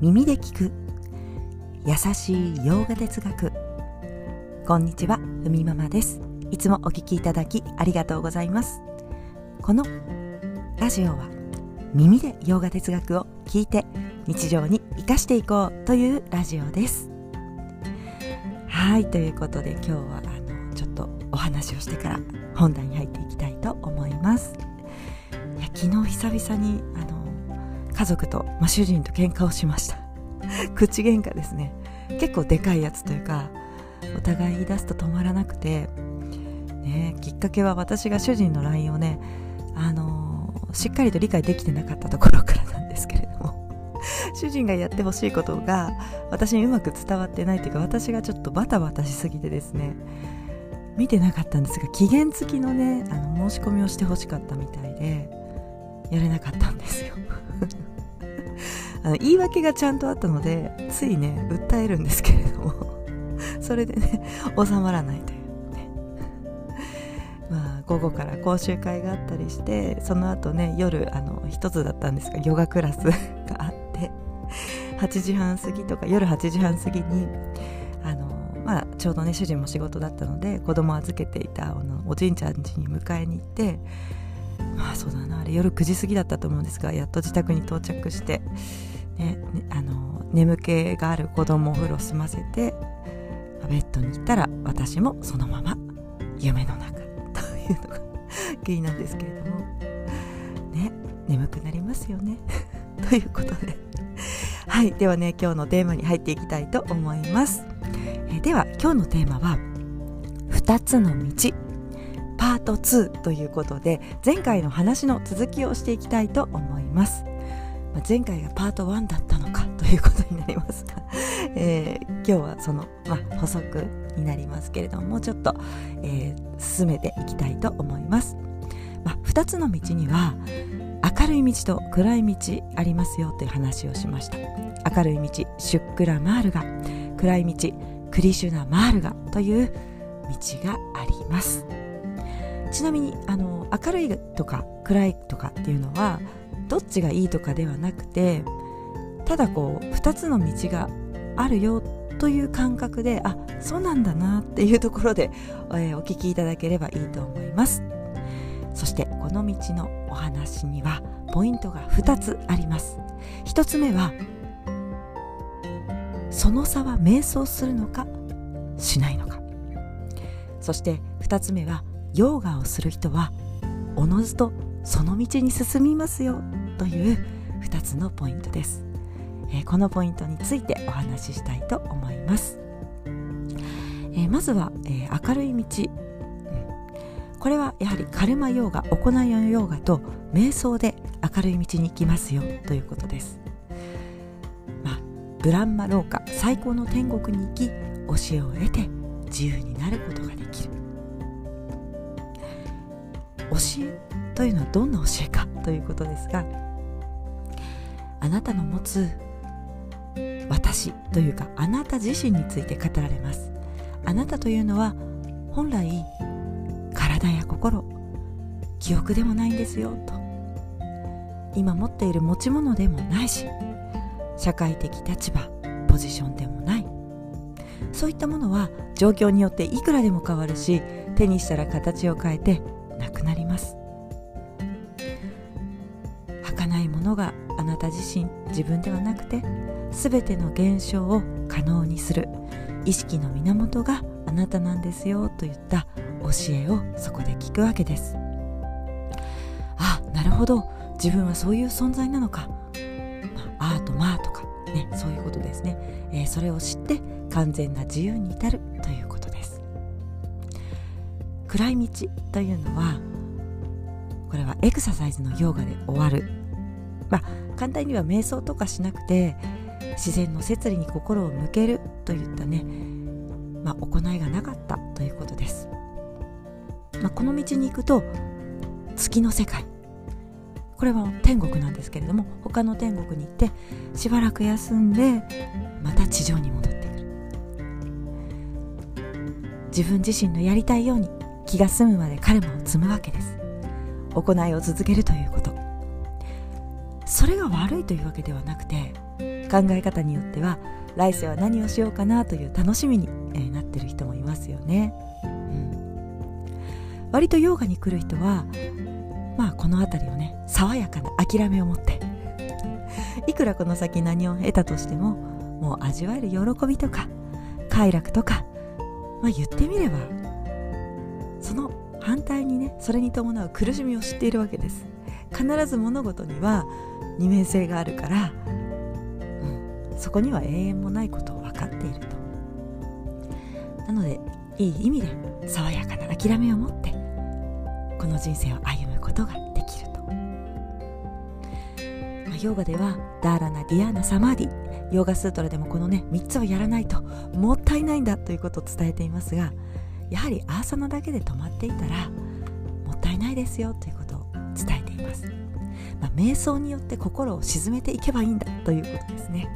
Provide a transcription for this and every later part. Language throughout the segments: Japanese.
耳で聞く優しい洋画哲学。こんにちは、ふみママです。いつもお聞きいただきありがとうございます。このラジオは耳で洋画哲学を聞いて日常に生かしていこうというラジオです。はい、ということで今日はちょっとお話をしてから本題に入っていきたいと思います。昨日久々に家族と、主人と喧嘩をしました。口喧嘩ですね。結構でかいやつというか、お互い言い出すと止まらなくて、きっかけは私が主人の LINE をね、しっかりと理解できてなかったところからなんですけれども主人がやってほしいことが私にうまく伝わってないというか、私がちょっとバタバタしすぎてですね、見てなかったんですが、期限付きのね申し込みをしてほしかったみたいでやれなかったんですよ言い訳がちゃんとあったのでついね訴えるんですけれどもそれでね収まらないというね午後から講習会があったりして、その後ね夜一つだったんですがヨガクラスがあって、8時半過ぎとか夜8時半過ぎにちょうどね主人も仕事だったので子供預けていたおじいちゃん家に迎えに行って、そうだな、あれ夜9時過ぎだったと思うんですが、やっと自宅に到着して、眠気がある子供をお風呂済ませてベッドに行ったら、私もそのまま夢の中というのが原因なんですけれどもね、眠くなりますよねということではい、ではね今日のテーマに入っていきたいと思います。では今日のテーマは2つの道パート2ということで、前回の話の続きをしていきたいと思います。前回がパート1だったのかということになりますが、今日はその、補足になりますけれども、もうちょっと、進めていきたいと思います。2つの道には明るい道と暗い道ありますよという話をしました。明るい道シュックラマールガ、暗い道クリシュナマールガという道があります。ちなみに明るいとか暗いとかっていうのはどっちがいいとかではなくて、ただ2つの道があるよという感覚で、そうなんだなっていうところで、お聞きいただければいいと思います。そしてこの道のお話にはポイントが2つあります。1つ目は、その差は瞑想するのかしないのか。そして2つ目は、ヨーガをする人はおのずとその道に進みますよという2つのポイントです。このポイントについてお話ししたいと思います。まずは、明るい道、これはやはりカルマヨーガ、行いのヨーガと瞑想で明るい道に行きますよということです。ブランマローカ、最高の天国に行き教えを得て自由になることができる。教えというのはどんな教えかということですが、あなたの持つ私というかあなた自身について語られます。あなたというのは本来体や心、記憶でもないんですよと。今持っている持ち物でもないし、社会的立場、ポジションでもない。そういったものは状況によっていくらでも変わるし、手にしたら形を変えてなくなります。儚いものがあなた自身、自分ではなくて全ての現象を可能にする意識の源があなたなんですよといった教えをそこで聞くわけです。なるほど、自分はそういう存在なのか、とかね、そういうことですね。それを知って完全な自由に至るということです。暗い道というのは、これはエクササイズのヨーガで終わる、簡単には瞑想とかしなくて自然の摂理に心を向けるといったね、行いがなかったということです。この道に行くと月の世界、これは天国なんですけれども、他の天国に行ってしばらく休んでまた地上に戻ってくる。自分自身のやりたいように気が済むまでカルマを積むわけです。行いを続けるということ、それが悪いというわけではなくて、 考え方によっては来世は何をしようかなという楽しみに、なってる人もいますよね。割とヨガに来る人はこのあたりをね、爽やかな諦めを持っていくらこの先何を得たとしても、もう味わえる喜びとか快楽とか、言ってみればその反対にね、それに伴う苦しみを知っているわけです。必ず物事には二面性があるから、そこには永遠もないことを分かっていると。なのでいい意味で爽やかな諦めを持ってこの人生を歩むことができると。ヨガではダーラナ、ディアーナ、サマーディ、ヨガスートラでもこのね3つをやらないともったいないんだということを伝えていますが、やはりアーサナだけで止まっていたらもったいないですよということを伝えています。瞑想によって心を鎮めていけばいいんだということですね。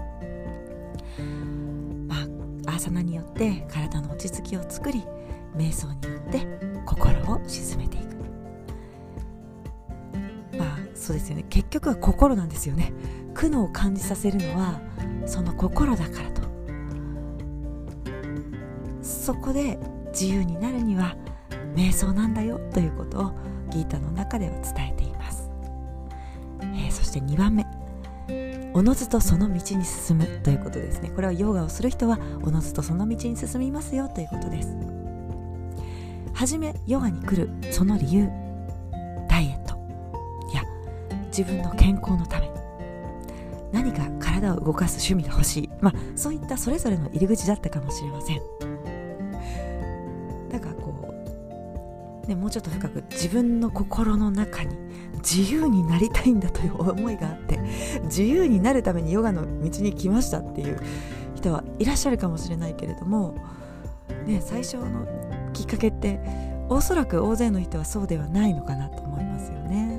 アーサナによって体の落ち着きを作り、瞑想によって心を鎮めていく。そうですよね、結局は心なんですよね。苦悩を感じさせるのはその心だからと。そこで自由になるには瞑想なんだよということをギータの中では伝えています。そして2番目、おのずとその道に進むということですね。これはヨガをする人はおのずとその道に進みますよということです。はじめヨガに来るその理由、ダイエットや自分の健康のため、何か体を動かす趣味が欲しい、そういったそれぞれの入り口だったかもしれません。だからもうちょっと深く自分の心の中に自由になりたいんだという思いがあって、自由になるためにヨガの道に来ましたっていう人はいらっしゃるかもしれないけれども、最初のきっかけっておそらく大勢の人はそうではないのかなと思いますよね。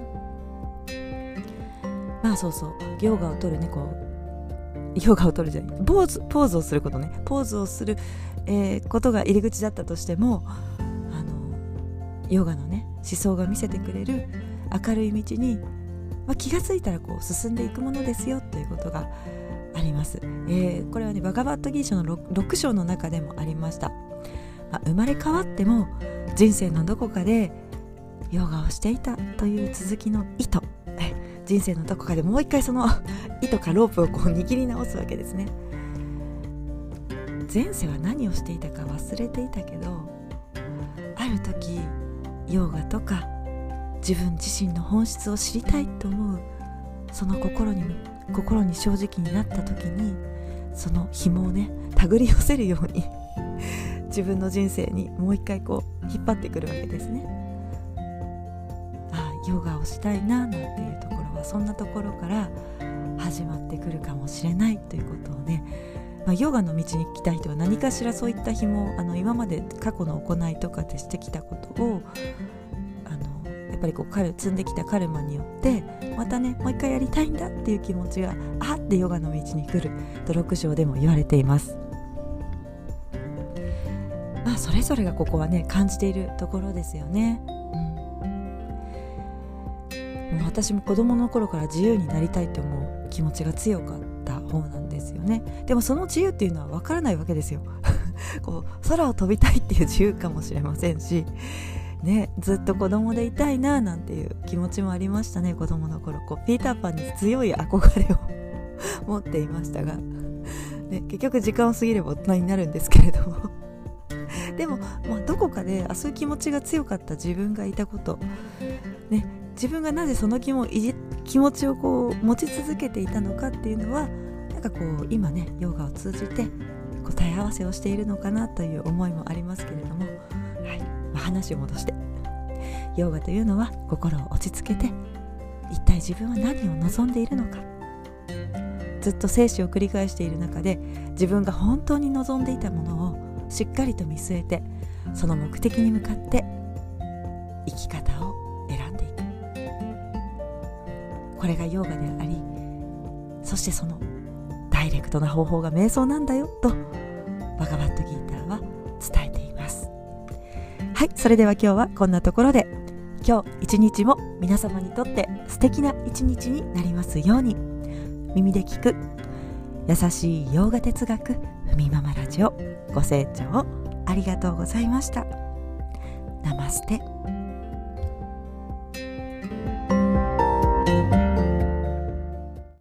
ヨガを取るね、ヨガを取るじゃない、ポーズをすることね、ポーズをする、ことが入り口だったとしても、ヨガのね思想が見せてくれる明るい道に、気がついたら進んでいくものですよということがあります。これはねバガバットギータの 6章の中でもありました。生まれ変わっても人生のどこかでヨガをしていたという続きの糸、人生のどこかでもう一回その糸かロープを握り直すわけですね。前世は何をしていたか忘れていたけど、ある時ヨガとか自分自身の本質を知りたいと思うその心に正直になった時に、その紐をね手繰り寄せるように自分の人生にもう一回引っ張ってくるわけですね。ヨガをしたいななんていうところはそんなところから始まってくるかもしれないということをね、ヨガの道に来た人は何かしらそういった紐を今まで過去の行いとかでしてきたことをやっぱり積んできたカルマによってまたねもう一回やりたいんだっていう気持ちがあってヨガの道に来ると6章でも言われています。それぞれがここはね感じているところですよね。もう私も子供の頃から自由になりたいと思う気持ちが強かった方なんですよね。でもその自由っていうのは分からないわけですよ空を飛びたいっていう自由かもしれませんしずっと子供でいたいななんていう気持ちもありましたね。子供の頃ピーターパンに強い憧れを持っていましたが、結局時間を過ぎれば大人になるんですけれどもでも、どこかでそういう気持ちが強かった自分がいたこと、自分がなぜその気持ちを持ち続けていたのかっていうのは今ねヨガを通じて答え合わせをしているのかなという思いもありますけれども、話を戻して、ヨガというのは心を落ち着けて一体自分は何を望んでいるのか、ずっと生死を繰り返している中で自分が本当に望んでいたものをしっかりと見据えて、その目的に向かって生き方を選んでいく、これがヨガであり、そしてそのダイレクトな方法が瞑想なんだよとバガバットギーターは伝えています。それでは今日はこんなところで、今日一日も皆様にとって素敵な一日になりますように。耳で聞く優しい洋画哲学ふみママラジオ、ご清聴ありがとうございました。ナマステ。